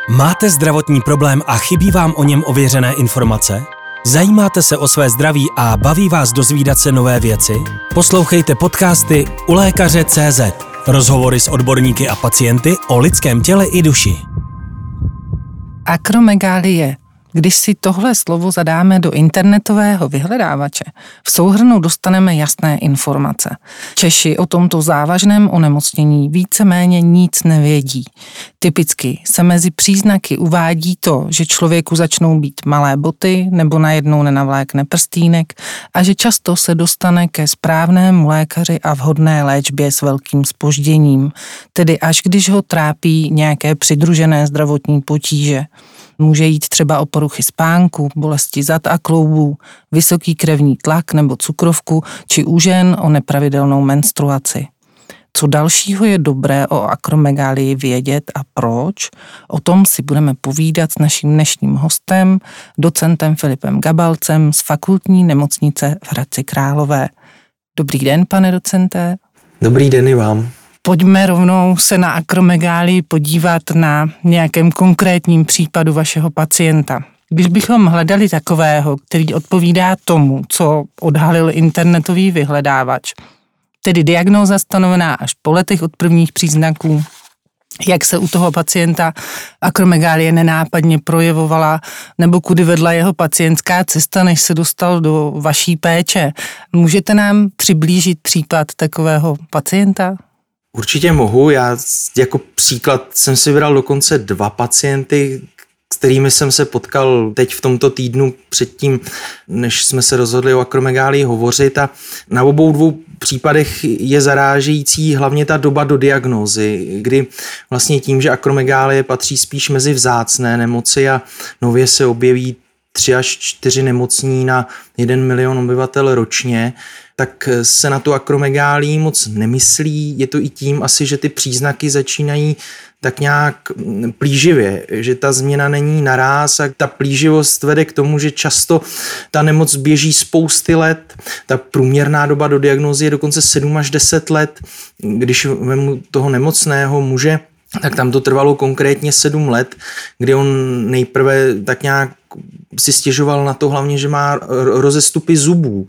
Máte zdravotní problém a chybí vám o něm ověřené informace? Zajímáte se o své zdraví a baví vás dozvídat se nové věci? Poslouchejte podcasty U lékaře.cz. Rozhovory s odborníky a pacienty o lidském těle i duši. Akromegalie. Když si tohle slovo zadáme do internetového vyhledávače, v souhrnu dostaneme jasné informace. Češi o tomto závažném onemocnění víceméně nic nevědí. Typicky se mezi příznaky uvádí to, že člověku začnou být malé boty nebo najednou nenavlékne prstýnek a že často se dostane ke správnému lékaři a vhodné léčbě s velkým zpožděním, tedy až když ho trápí nějaké přidružené zdravotní potíže. Může jít třeba o poruchy spánku, bolesti zad a kloubů, vysoký krevní tlak nebo cukrovku, či u žen o nepravidelnou menstruaci. Co dalšího je dobré o akromegalii vědět a proč? O tom si budeme povídat s naším dnešním hostem, docentem Filipem Gabalcem z Fakultní nemocnice v Hradci Králové. Dobrý den, pane docente. Dobrý den i vám. Pojďme rovnou se na akromegalii podívat na nějakém konkrétním případu vašeho pacienta. Když bychom hledali takového, který odpovídá tomu, co odhalil internetový vyhledávač, tedy diagnóza stanovená až po letech od prvních příznaků, jak se u toho pacienta akromegalie nenápadně projevovala, nebo kudy vedla jeho pacientská cesta, než se dostal do vaší péče. Můžete nám přiblížit případ takového pacienta? Určitě mohu. Já jako příklad jsem si vybral dokonce 2 pacienty, s kterými jsem se potkal teď v tomto týdnu předtím, než jsme se rozhodli o akromegalii hovořit, a na obou 2 případech je zarážející hlavně ta doba do diagnózy, kdy vlastně tím, že akromegalie patří spíš mezi vzácné nemoci a nově se objeví 3 až 4 nemocní na 1 milion obyvatel ročně, tak se na tu akromegalii moc nemyslí. Je to i tím asi, že ty příznaky začínají tak nějak plíživě, že ta změna není naráz a ta plíživost vede k tomu, že často ta nemoc běží spousty let. Ta průměrná doba do diagnózy je dokonce 7 až 10 let. Když vemu toho nemocného muže, tak tam to trvalo konkrétně 7 let, kdy on nejprve tak nějak si stěžoval na to hlavně, že má rozestupy zubů.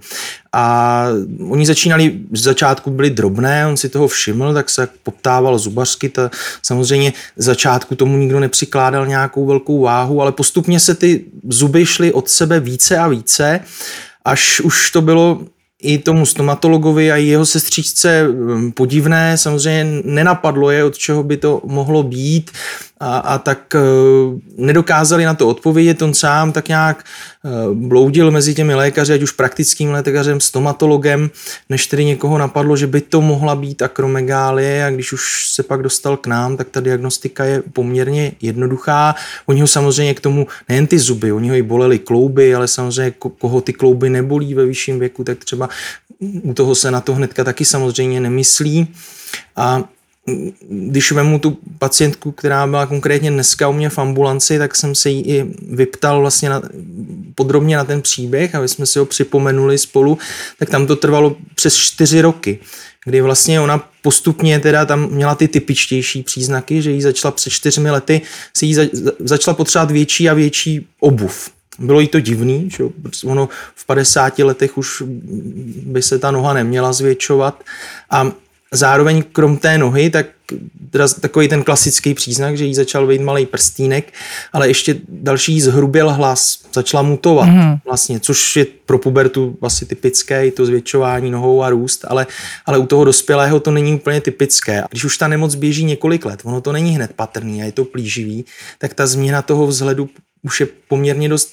A oni začínali, z začátku byly drobné, on si toho všiml, tak se poptával zubařsky. Samozřejmě z začátku tomu nikdo nepřikládal nějakou velkou váhu, ale postupně se ty zuby šly od sebe více a více, až už to bylo i tomu stomatologovi a jeho sestřičce podivné. Samozřejmě nenapadlo je, od čeho by to mohlo být, a tak nedokázali na to odpovědět. On sám tak nějak bloudil mezi těmi lékaři, ať už praktickým lékařem, stomatologem, než tedy někoho napadlo, že by to mohla být akromegalie, a když už se pak dostal k nám, tak ta diagnostika je poměrně jednoduchá. Oni ho samozřejmě k tomu, nejen ty zuby, oni ho i bolely klouby, ale samozřejmě koho ty klouby nebolí ve vyšším věku, tak třeba u toho se na to hnedka taky samozřejmě nemyslí. A když vemu tu pacientku, která byla konkrétně dneska u mě v ambulanci, tak jsem se jí i vyptal vlastně podrobně na ten příběh, aby jsme si ho připomenuli spolu, tak tam to trvalo přes 4 roky, kdy vlastně ona postupně teda tam měla ty typičtější příznaky, že jí začala před 4 lety, si jí začala potřebovat větší a větší obuv. Bylo jí to divný, že ono v 50 letech už by se ta noha neměla zvětšovat, a zároveň krom té nohy, tak teda takový ten klasický příznak, že jí začal být malý prstýnek, ale ještě další zhruběl hlas, začala mutovat vlastně, což je pro pubertu asi typické, i to zvětšování nohou a růst, ale u toho dospělého to není úplně typické. Když už ta nemoc běží několik let, ono to není hned patrný a je to plíživý, tak ta změna toho vzhledu už je poměrně dost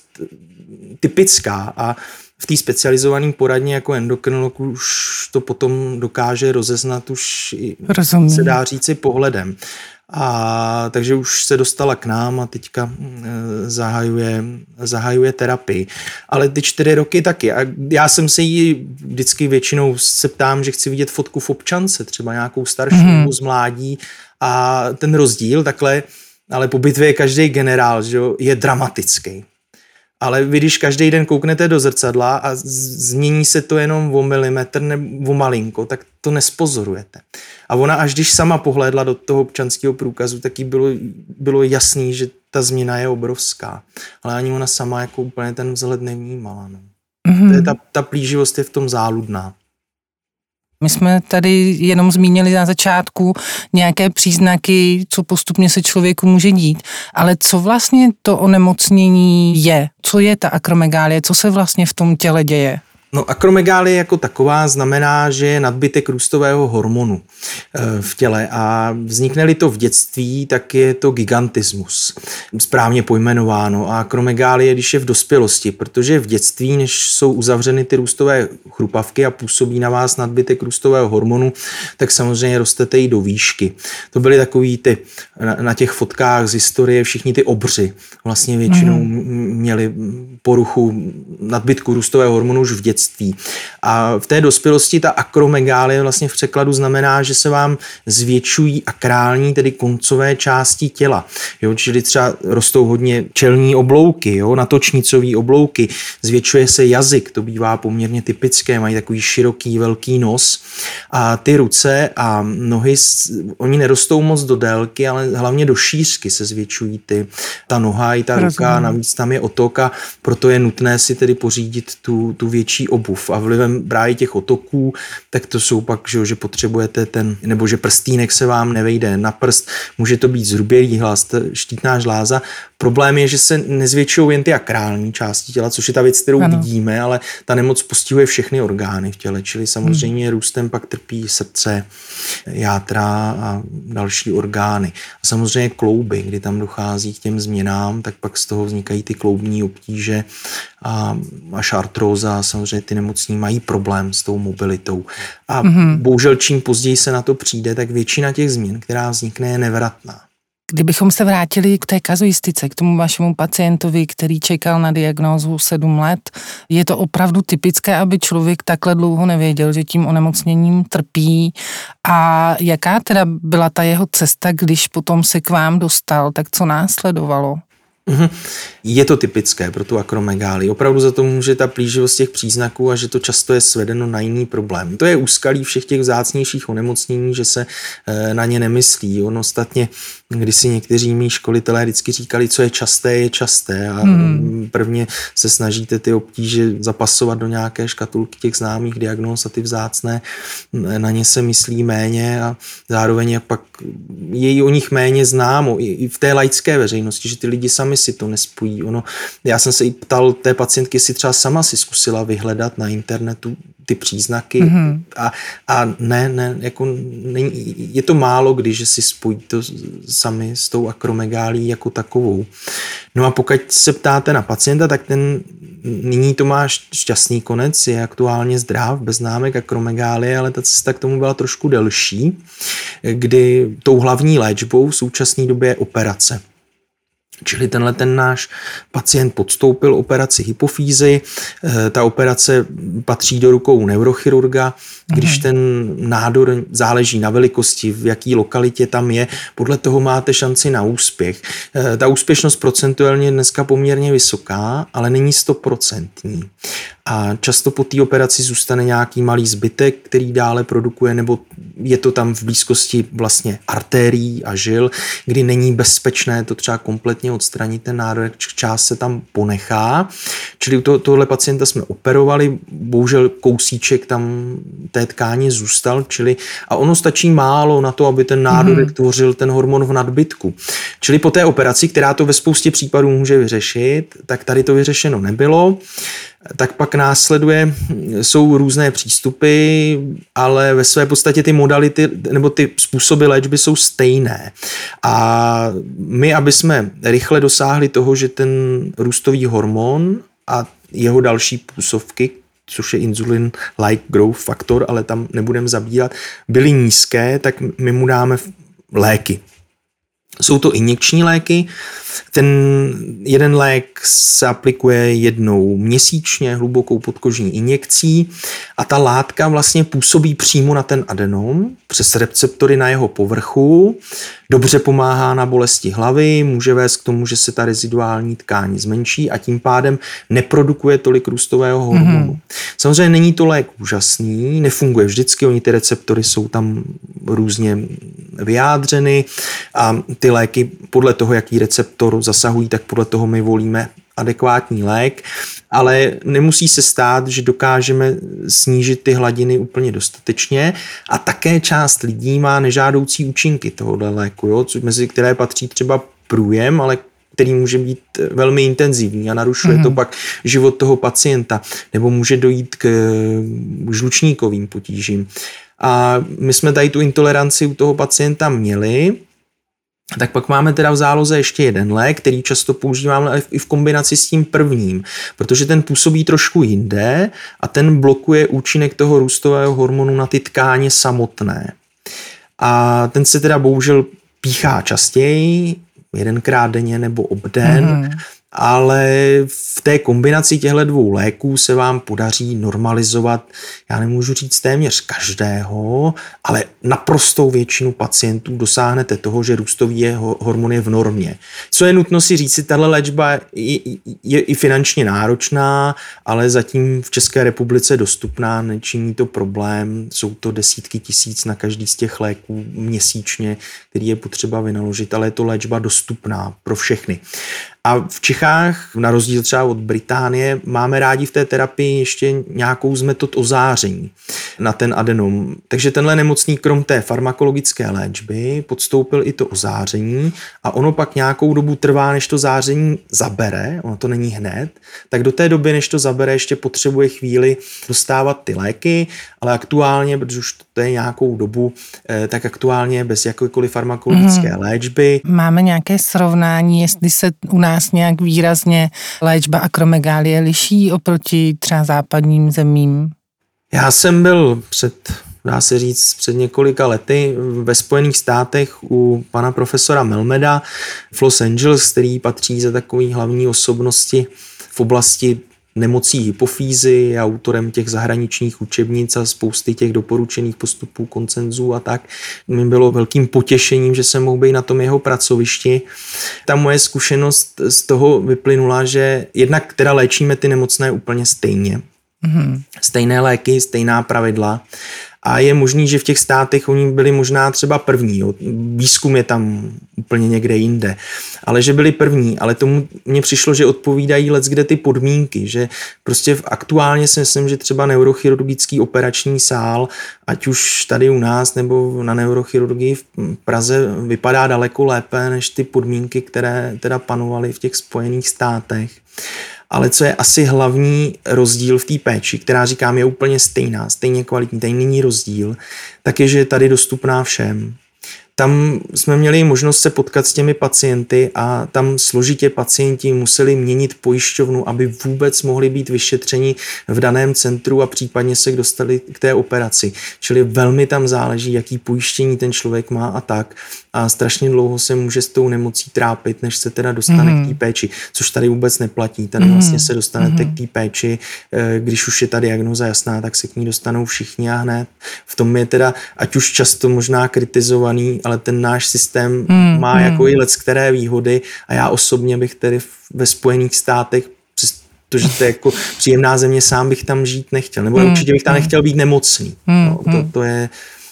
typická, a v té specializované poradně jako endokrinolog už to potom dokáže rozeznat, už se dá říci pohledem. A takže už se dostala k nám a teďka zahajuje terapii. Ale ty 4 roky taky. A já jsem se jí vždycky většinou se ptám, že chci vidět fotku v občance, třeba nějakou starší z mládí, a ten rozdíl takhle, ale po bitvě je každý generál, že jo, je dramatický. Ale vy, když každý den kouknete do zrcadla a změní se to jenom o milimetr nebo o malinko, tak to nespozorujete. A ona, až když sama pohlédla do toho občanského průkazu, tak jí bylo jasný, že ta změna je obrovská. Ale ani ona sama jako úplně ten vzhled nevnímala. No. To je ta plíživost je v tom záludná. My jsme tady jenom zmínili na začátku nějaké příznaky, co postupně se člověku může dít, ale co vlastně to onemocnění je? Co je ta akromegálie? Co se vlastně v tom těle děje? No, akromegálie jako taková znamená, že je nadbytek růstového hormonu v těle a vznikne-li to v dětství, tak je to gigantismus, správně pojmenováno. A akromegálie, když je v dospělosti, protože v dětství, než jsou uzavřeny ty růstové chrupavky a působí na vás nadbytek růstového hormonu, tak samozřejmě rostete i do výšky. To byly takový ty, na těch fotkách z historie, všichni ty obři vlastně většinou měli poruchu nadbytku růstového hormonu už v dětství. A v té dospělosti ta akromegálie vlastně v překladu znamená, že se vám zvětšují akrální, tedy koncové části těla. Jo, čili třeba rostou hodně čelní oblouky, jo, natočnicové oblouky, zvětšuje se jazyk, to bývá poměrně typické, mají takový široký, velký nos. A ty ruce a nohy, oni nerostou moc do délky, ale hlavně do šířky se zvětšují ta noha i ta ruka, navíc tam je otok a proto je nutné si tedy pořídit tu větší obuv. A vlivem právě těch otoků, tak to jsou pak, že potřebujete nebo že prstínek se vám nevejde na prst, může to být zhrubělý hlas, štítná žláza. Problém je, že se nezvětšují jen ty akrální části těla, což je ta věc, kterou vidíme, ale ta nemoc postihuje všechny orgány v těle, čili samozřejmě růstem pak trpí srdce, játra a další orgány. A samozřejmě klouby, kdy tam dochází k těm změnám, tak pak z toho vznikají ty kloubní obtíže a až artróza, samozřejmě ty nemocní mají problém s tou mobilitou. A bohužel čím později se na to přijde, tak většina těch změn, která vznikne, je nevratná. Kdybychom se vrátili k té kazuistice, k tomu vašemu pacientovi, který čekal na diagnózu 7 let, je to opravdu typické, aby člověk takhle dlouho nevěděl, že tím onemocněním trpí a jaká teda byla ta jeho cesta, když potom se k vám dostal, tak co následovalo? Je to typické pro tu akromegálii. Opravdu za to může ta plíživost těch příznaků a že to často je svedeno na jiný problém. To je úskalí všech těch vzácnějších onemocnění, že se na ně nemyslí. On ostatně, když si někteří mý školitelé vždycky říkali, co je časté a prvně se snažíte ty obtíže zapasovat do nějaké škatulky těch známých diagnóz a ty vzácné, na ně se myslí méně a zároveň pak je o nich méně známo i v té laické veřejnosti, že ty lidi sami si to nespojí. Já jsem se i ptal té pacientky, jestli třeba sama si zkusila vyhledat na internetu ty příznaky a ne, jako je to málo kdy, že si spojí to sami s tou akromegálí jako takovou. No a pokud se ptáte na pacienta, tak ten nyní to má šťastný konec, je aktuálně zdrav, bez známek akromegálie, ale ta cesta k tomu byla trošku delší, kdy tou hlavní léčbou v současné době je operace. Čili ten náš pacient podstoupil operaci hypofýzy, ta operace patří do rukou neurochirurga, když ten nádor záleží na velikosti, v jaký lokalitě tam je, podle toho máte šanci na úspěch. Ta úspěšnost procentuálně je dneska poměrně vysoká, ale není 100%. A často po té operaci zůstane nějaký malý zbytek, který dále produkuje, nebo je to tam v blízkosti vlastně artérií a žil, kdy není bezpečné to třeba kompletně odstranit, ten nádor, část se tam ponechá. Čili u tohle pacienta jsme operovali, bohužel kousíček tam té tkáně zůstal, a ono stačí málo na to, aby ten nádorek tvořil ten hormon v nadbytku. Čili po té operaci, která to ve spoustě případů může vyřešit, tak tady to vyřešeno nebylo. Tak pak jsou různé přístupy, ale ve své podstatě ty modality nebo ty způsoby léčby jsou stejné. A my, aby jsme rychle dosáhli toho, že ten růstový hormon a jeho další působky, což je insulin-like growth faktor, ale tam nebudeme zabírat, byly nízké, tak my mu dáme léky. Jsou to injekční léky. Ten jeden lék se aplikuje jednou měsíčně hlubokou podkožní injekcí a ta látka vlastně působí přímo na ten adenom přes receptory na jeho povrchu. Dobře pomáhá na bolesti hlavy, může vést k tomu, že se ta reziduální tkáň zmenší a tím pádem neprodukuje tolik růstového hormonu. Samozřejmě není to lék úžasný, nefunguje vždycky, oni ty receptory jsou tam různě vyjádřeny a ty léky podle toho, jaký receptor doktor zasahují, tak podle toho my volíme adekvátní lék, ale nemusí se stát, že dokážeme snížit ty hladiny úplně dostatečně a také část lidí má nežádoucí účinky tohohle léku, jo, mezi které patří třeba průjem, ale který může být velmi intenzivní a narušuje to pak život toho pacienta, nebo může dojít k žlučníkovým potížím. A my jsme tady tu intoleranci u toho pacienta měli, tak pak máme teda v záloze ještě jeden lék, který často používáme i v kombinaci s tím prvním, protože ten působí trošku jinde a ten blokuje účinek toho růstového hormonu na ty tkáně samotné. A ten se teda bohužel píchá častěji, 1krát denně nebo obden, ale v té kombinaci těchto 2 léků se vám podaří normalizovat, já nemůžu říct téměř každého, ale naprostou většinu pacientů dosáhnete toho, že růstový hormon je v normě. Co je nutno si říct, tahle léčba je i finančně náročná, ale zatím v České republice dostupná, nečiní to problém, jsou to desítky tisíc na každý z těch léků měsíčně, který je potřeba vynaložit, ale je to léčba dostupná pro všechny. A v Čechách, na rozdíl třeba od Británie, máme rádi v té terapii ještě nějakou z metod ozáření na ten adenom. Takže tenhle nemocný krom té farmakologické léčby podstoupil i to ozáření a ono pak nějakou dobu trvá, než to záření zabere, ono to není hned, tak do té doby, než to zabere, ještě potřebuje chvíli dostávat ty léky, ale aktuálně, protože už to je nějakou dobu, tak aktuálně bez jakékoliv farmakologické léčby. Máme nějaké srovnání, jestli se u nás nějak výrazně léčba akromegálie liší oproti třeba západním zemím? Já jsem byl dá se říct, před několika lety ve Spojených státech u pana profesora Melmeda v Los Angeles, který patří za takový hlavní osobnosti v oblasti nemocí hypofýzy, je autorem těch zahraničních učebnic a spousty těch doporučených postupů, koncenzů a tak. Mi bylo velkým potěšením, že jsem mohl být na tom jeho pracovišti. Ta moje zkušenost z toho vyplynula, že jednak teda léčíme ty nemocné úplně stejně. Stejné léky, stejná pravidla. A je možný, že v těch státech oni byli možná třeba první. Jo. Výzkum je tam úplně někde jinde. Ale že byli první. Ale tomu mně přišlo, že odpovídají leckde ty podmínky. Že prostě aktuálně si myslím, že třeba neurochirurgický operační sál, ať už tady u nás nebo na neurochirurgii v Praze, vypadá daleko lépe než ty podmínky, které teda panovaly v těch Spojených státech. Ale co je asi hlavní rozdíl v té péči, která říkám je úplně stejná, stejně kvalitní, tady není rozdíl, tak je, že je tady dostupná všem. Tam jsme měli možnost se potkat s těmi pacienty a tam složitě pacienti museli měnit pojišťovnu, aby vůbec mohli být vyšetřeni v daném centru a případně se dostali k té operaci. Čili velmi tam záleží, jaký pojištění ten člověk má a tak. A strašně dlouho se může s tou nemocí trápit, než se teda dostane k té péči, což tady vůbec neplatí. Tady vlastně se dostanete k té péči, když už je ta diagnóza jasná, tak se k ní dostanou všichni a hned. V tom je teda, ať už často možná kritizovaný, ale ten náš systém má jako i leckteré výhody a já osobně bych tedy ve Spojených státech, protože to je jako příjemná země, sám bych tam žít nechtěl, nebo určitě bych tam nechtěl být nemocný. To je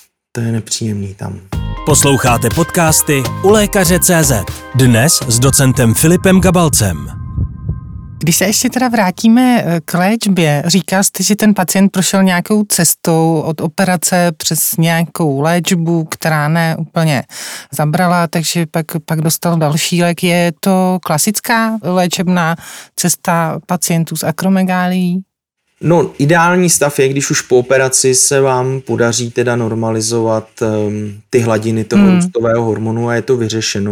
nepříjemný tam. Posloucháte podcasty u lékaře.cz. Dnes s docentem Filipem Gabalcem. Když se ještě teda vrátíme k léčbě, říkal jste, že ten pacient prošel nějakou cestou od operace přes nějakou léčbu, která ne úplně zabrala, takže pak dostal další lék. Je to klasická léčebná cesta pacientů s akromegálií? No, ideální stav je, když už po operaci se vám podaří teda normalizovat ty hladiny toho růstového hormonu a je to vyřešeno.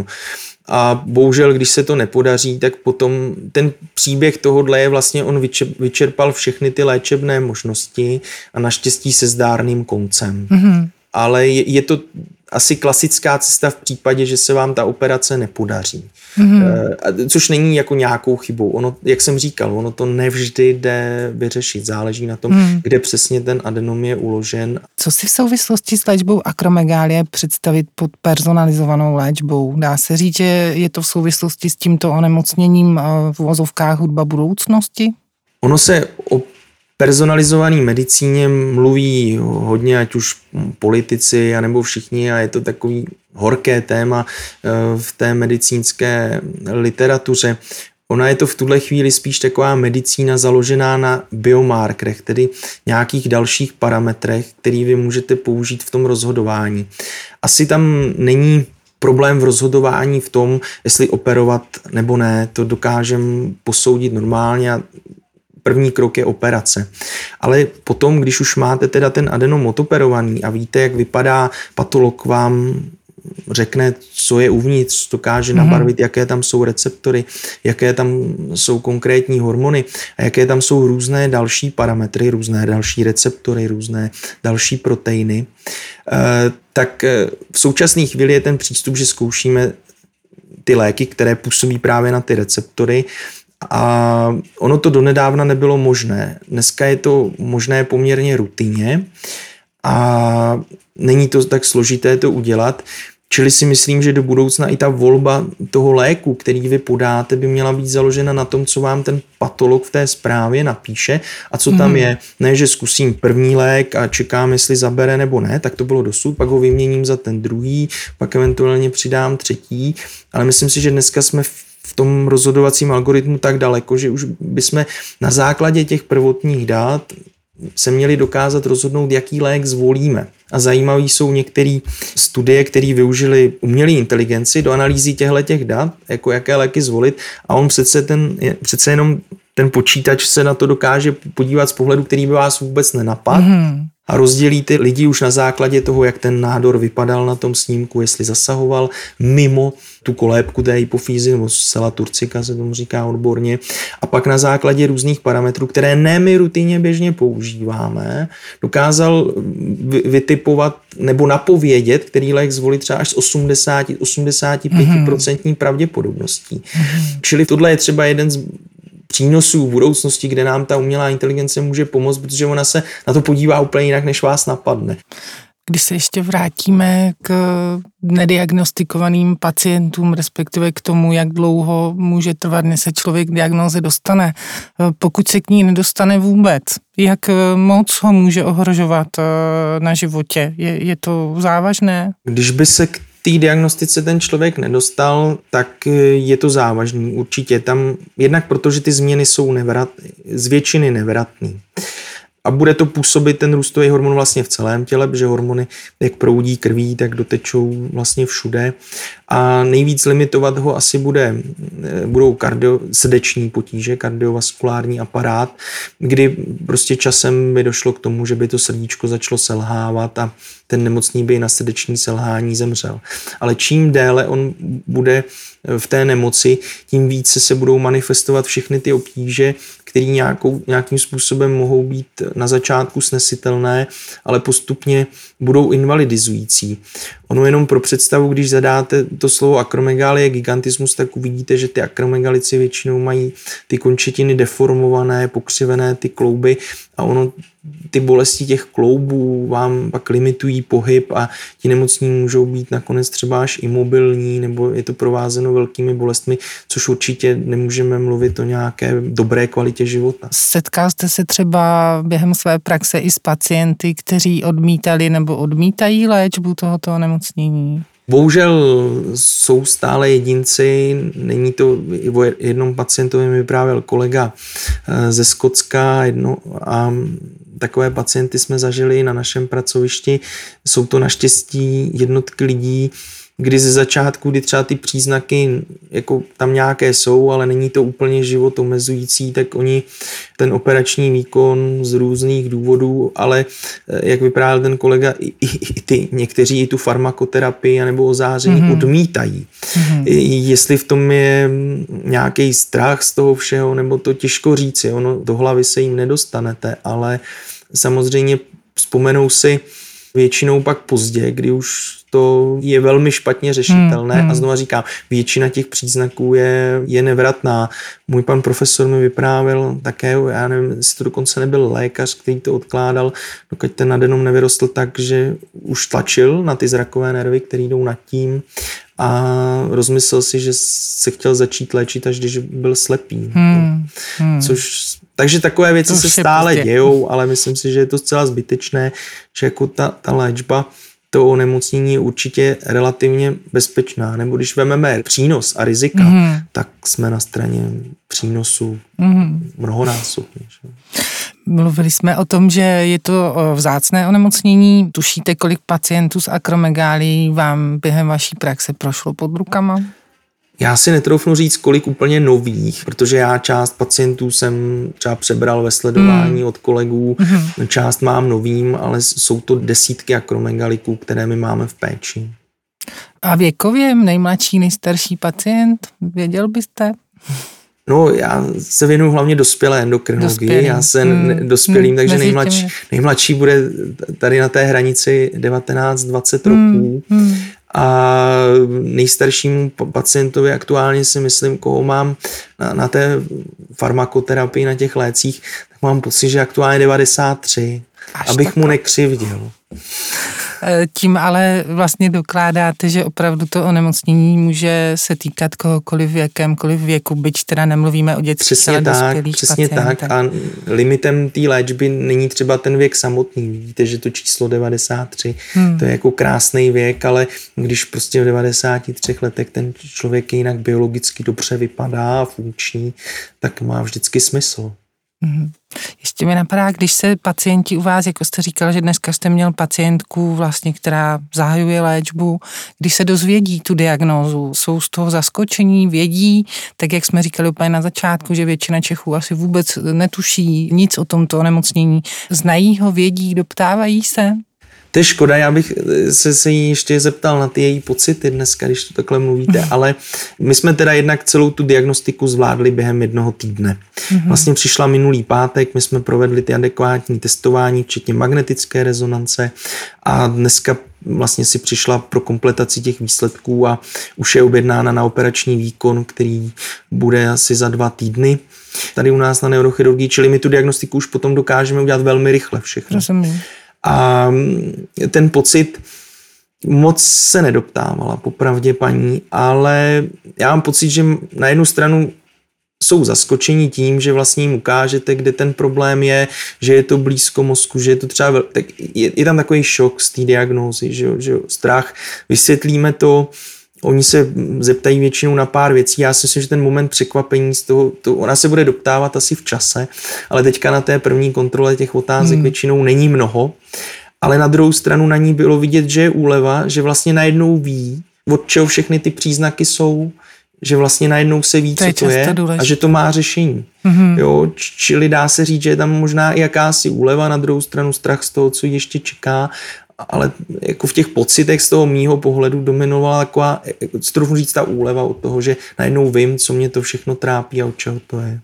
A bohužel, když se to nepodaří, tak potom ten příběh tohodle je vlastně, on vyčerpal všechny ty léčebné možnosti a naštěstí se zdárným koncem. Ale je to asi klasická cesta v případě, že se vám ta operace nepodaří. Což není jako nějakou chybou. Ono, jak jsem říkal, ono to nevždy jde vyřešit. Záleží na tom, kde přesně ten adenom je uložen. Co si v souvislosti s léčbou akromegálie představit pod personalizovanou léčbou? Dá se říct, že je to v souvislosti s tímto onemocněním v uvozovkách hudba budoucnosti? Ono se personalizované medicíně mluví hodně, ať už politici, anebo všichni, a je to takový horké téma v té medicínské literatuře. Ona je to v tuhle chvíli spíš taková medicína založená na biomarkerech, tedy nějakých dalších parametrech, který vy můžete použít v tom rozhodování. Asi tam není problém v rozhodování v tom, jestli operovat nebo ne, to dokážeme posoudit normálně a první krok je operace. Ale potom, když už máte teda ten adenom odoperovaný a víte, jak vypadá, patolog vám řekne, co je uvnitř, dokáže nabarvit, jaké tam jsou receptory, jaké tam jsou konkrétní hormony a jaké tam jsou různé další parametry, různé další receptory, různé další proteiny, tak v současné chvíli je ten přístup, že zkoušíme ty léky, které působí právě na ty receptory, a ono to donedávna nebylo možné. Dneska je to možné poměrně rutině a není to tak složité to udělat. Čili si myslím, že do budoucna i ta volba toho léku, který vy podáte, by měla být založena na tom, co vám ten patolog v té zprávě napíše a co tam je. Ne, že zkusím první lék a čekám, jestli zabere nebo ne, tak to bylo dosud, pak ho vyměním za ten druhý, pak eventuálně přidám třetí, ale myslím si, že dneska jsme v tom rozhodovacím algoritmu tak daleko, že už bychom na základě těch prvotních dat se měli dokázat rozhodnout, jaký lék zvolíme. A zajímavý jsou některé studie, které využili umělé inteligenci do analýzy těchto dat, jako jaké léky zvolit, a on přece jenom ten počítač se na to dokáže podívat z pohledu, který by vás vůbec nenapadl. A rozdělí ty lidi už na základě toho, jak ten nádor vypadal na tom snímku, jestli zasahoval mimo tu kolébku té hypofýzy, nebo sela turcica se tomu říká odborně. A pak na základě různých parametrů, které ne my rutině běžně používáme, dokázal vytipovat nebo napovědět, který lék zvolit třeba až s 85% pravděpodobností. Čili tohle je třeba jeden z přínosů v budoucnosti, kde nám ta umělá inteligence může pomoct, protože ona se na to podívá úplně jinak, než vás napadne. Když se ještě vrátíme k nediagnostikovaným pacientům, respektive k tomu, jak dlouho může trvat, než se člověk k diagnóze dostane, pokud se k ní nedostane vůbec, jak moc ho může ohrožovat na životě? Je to závažné? Když by se k té diagnostice ten člověk nedostal, tak je to závažný. Určitě tam, jednak protože ty změny jsou z většiny nevratný. A bude to působit ten růstový hormon vlastně v celém těle, protože hormony jak proudí krví, tak dotečou vlastně všude. A nejvíc limitovat ho asi budou srdeční potíže, kardiovaskulární aparát, kdy prostě časem by došlo k tomu, že by to srdíčko začalo selhávat a ten nemocný by na srdeční selhání zemřel. Ale čím déle on bude v té nemoci, tím více se budou manifestovat všechny ty obtíže, které nějakým způsobem mohou být na začátku snesitelné, ale postupně budou invalidizující. Ono jenom pro představu, když zadáte to slovo akromegalie, gigantismus, tak uvidíte, že ty akromegalici většinou mají ty končetiny deformované, pokřivené ty klouby a ono ty bolesti těch kloubů vám pak limitují pohyb a ti nemocní můžou být nakonec třeba až imobilní nebo je to provázeno velkými bolestmi, což určitě nemůžeme mluvit o nějaké dobré kvalitě života. Setkal jste se třeba během své praxe i s pacienty, kteří odmítali nebo odmítají léčbu tohoto onemocnění? Bohužel jsou stále jedinci, není to, o jednom pacientovi mi vyprávěl kolega ze Skotska a takové pacienty jsme zažili na našem pracovišti. Jsou to naštěstí jednotky lidí, kdy ze začátku, kdy třeba ty příznaky jako tam nějaké jsou, ale není to úplně život omezující, tak oni ten operační výkon z různých důvodů, ale jak vyprávěl ten kolega, někteří i tu farmakoterapii nebo ozáření odmítají. Jestli v tom je nějaký strach z toho všeho, nebo to těžko říci, ono do hlavy se jim nedostanete, ale samozřejmě vzpomenou si většinou pak pozdě, kdy už to je velmi špatně řešitelné a znova říkám, většina těch příznaků je nevratná. Můj pan profesor mi vyprávěl také, já nevím, jestli to dokonce nebyl lékař, který to odkládal, dokud ten adenom nevyrostl tak, že už tlačil na ty zrakové nervy, které jdou nad tím a rozmyslel si, že se chtěl začít léčit, až když byl slepý. Takže takové věci se stále dějou, ale myslím si, že je to zcela zbytečné, že jako ta léčba, to onemocnění je určitě relativně bezpečná. Nebo když vezmeme přínos a rizika, tak jsme na straně přínosu mnohonásobně. Mluvili jsme o tom, že je to vzácné onemocnění. Tušíte, kolik pacientů s akromegálií vám během vaší praxe prošlo pod rukama? Já si netroufnu říct, kolik úplně nových, protože já část pacientů jsem třeba přebral ve sledování od kolegů, část mám novým, ale jsou to desítky akromegaliků, které my máme v péči. A věkově nejmladší, nejstarší pacient, věděl byste? No, já se věnuju hlavně dospělé endokrinologii, já jsem dospělým, takže nejmladší bude tady na té hranici 19-20 roků. A nejstaršímu pacientovi aktuálně si myslím, koho mám na té farmakoterapii, na těch lécích, tak mám pocit, že aktuálně 93, abych mu nekřivděl. Tím ale vlastně dokládáte, že opravdu to onemocnění může se týkat kohokoliv v jakémkoliv věku, byť teda nemluvíme o dětských, ale dospělých Přesně pacientech. tak. A limitem té léčby není třeba ten věk samotný. Vidíte, že to číslo 93, to je jako krásný věk, ale když prostě v 93 letech ten člověk je jinak biologicky dobře vypadá a funkční, tak má vždycky smysl. Ještě mi napadá, když se pacienti u vás, jako jste říkal, že dneska jste měl pacientku vlastně, která zahajuje léčbu, když se dozvědí tu diagnózu, jsou z toho zaskočení, vědí, tak jak jsme říkali úplně na začátku, že většina Čechů asi vůbec netuší nic o tomto onemocnění. Znají ho, vědí, doptávají se? To je škoda, já bych se jí ještě zeptal na ty její pocity dneska, když to takhle mluvíte, ale my jsme teda jednak celou tu diagnostiku zvládli během 1 týdne. Vlastně přišla minulý pátek, my jsme provedli ty adekvátní testování, včetně magnetické rezonance a dneska vlastně si přišla pro kompletaci těch výsledků a už je objednána na operační výkon, který bude asi za 2 týdny. Tady u nás na neurochirurgii, čili my tu diagnostiku už potom dokážeme udělat velmi rychle všechno. Rozumím. A ten pocit moc se nedoptávala, popravdě paní, ale já mám pocit, že na jednu stranu jsou zaskočení tím, že vlastně jim ukážete, kde ten problém je, že je to blízko mozku, že je to třeba, tak je tam takový šok z té diagnózy, že strach, vysvětlíme to, oni se zeptají většinou na pár věcí, já si myslím, že ten moment překvapení z toho, ona se bude doptávat asi v čase, ale teďka na té první kontrole těch otázek většinou není mnoho, ale na druhou stranu na ní bylo vidět, že je úleva, že vlastně najednou ví, od čeho všechny ty příznaky jsou, že vlastně najednou se ví, co to je a že to má řešení. Jo, čili dá se říct, že je tam možná i jakási úleva, na druhou stranu strach z toho, co ji ještě čeká, ale jako v těch pocitech z toho mýho pohledu dominovala taková, trochu říct, ta úleva od toho, že najednou vím, co mě to všechno trápí a od čeho to je.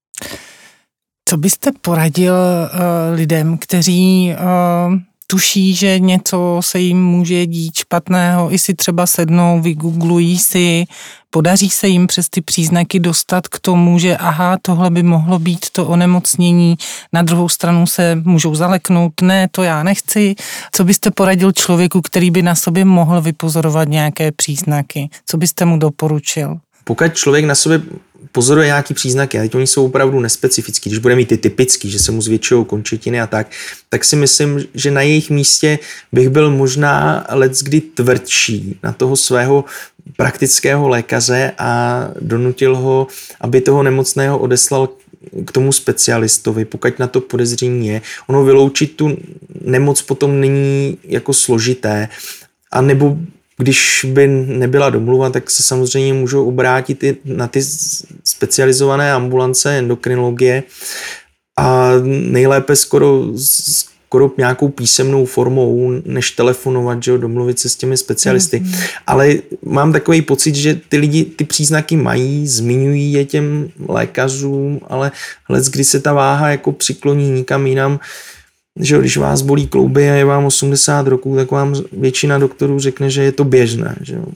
Co byste poradil lidem, kteří tuší, že něco se jim může dít špatného, i si třeba sednou, vygooglují si, podaří se jim přes ty příznaky dostat k tomu, že aha, tohle by mohlo být to onemocnění, na druhou stranu se můžou zaleknout, ne, to já nechci. Co byste poradil člověku, který by na sobě mohl vypozorovat nějaké příznaky? Co byste mu doporučil? Pokud člověk na sobě pozoruje nějaký příznaky, ale oni jsou opravdu nespecifický, když bude mít ty typický, že se mu zvětšují končetiny a tak si myslím, že na jejich místě bych byl možná leckdy tvrdší na toho svého praktického lékaře a donutil ho, aby toho nemocného odeslal k tomu specialistovi, pokud na to podezření je. Ono vyloučit tu nemoc potom není jako složité, a nebo když by nebyla domluva, tak se samozřejmě můžou obrátit i na ty specializované ambulance endokrinologie a nejlépe skoro nějakou písemnou formou, než telefonovat, že domluvit se s těmi specialisty. Ale mám takový pocit, že ty lidi ty příznaky mají, zmiňují je těm lékařům, ale kdy se ta váha jako přikloní nikam jinam, že když vás bolí klouby a je vám 80 roků, tak vám většina doktorů řekne, že je to běžné. Že jo.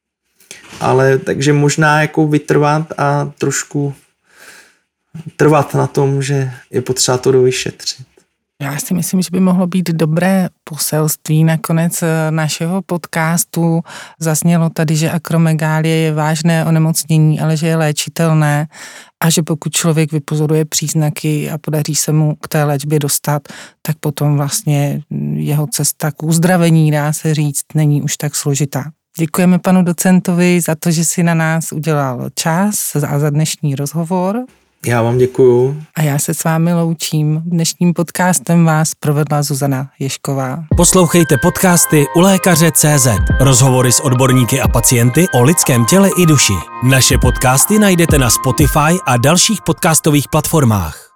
Ale takže možná jako vytrvat a trošku trvat na tom, že je potřeba to dovyšetřit. Já si myslím, že by mohlo být dobré poselství nakonec našeho podcastu. Zaznělo tady, že akromegálie je vážné onemocnění, ale že je léčitelné a že pokud člověk vypozoruje příznaky a podaří se mu k té léčbě dostat, tak potom vlastně jeho cesta k uzdravení, dá se říct, není už tak složitá. Děkujeme panu docentovi za to, že si na nás udělal čas a za dnešní rozhovor. Já vám děkuju. A já se s vámi loučím. Dnešním podcastem vás provedla Zuzana Ježková. Poslouchejte podcasty u lékaře.cz. Rozhovory s odborníky a pacienty o lidském těle i duši. Naše podcasty najdete na Spotify a dalších podcastových platformách.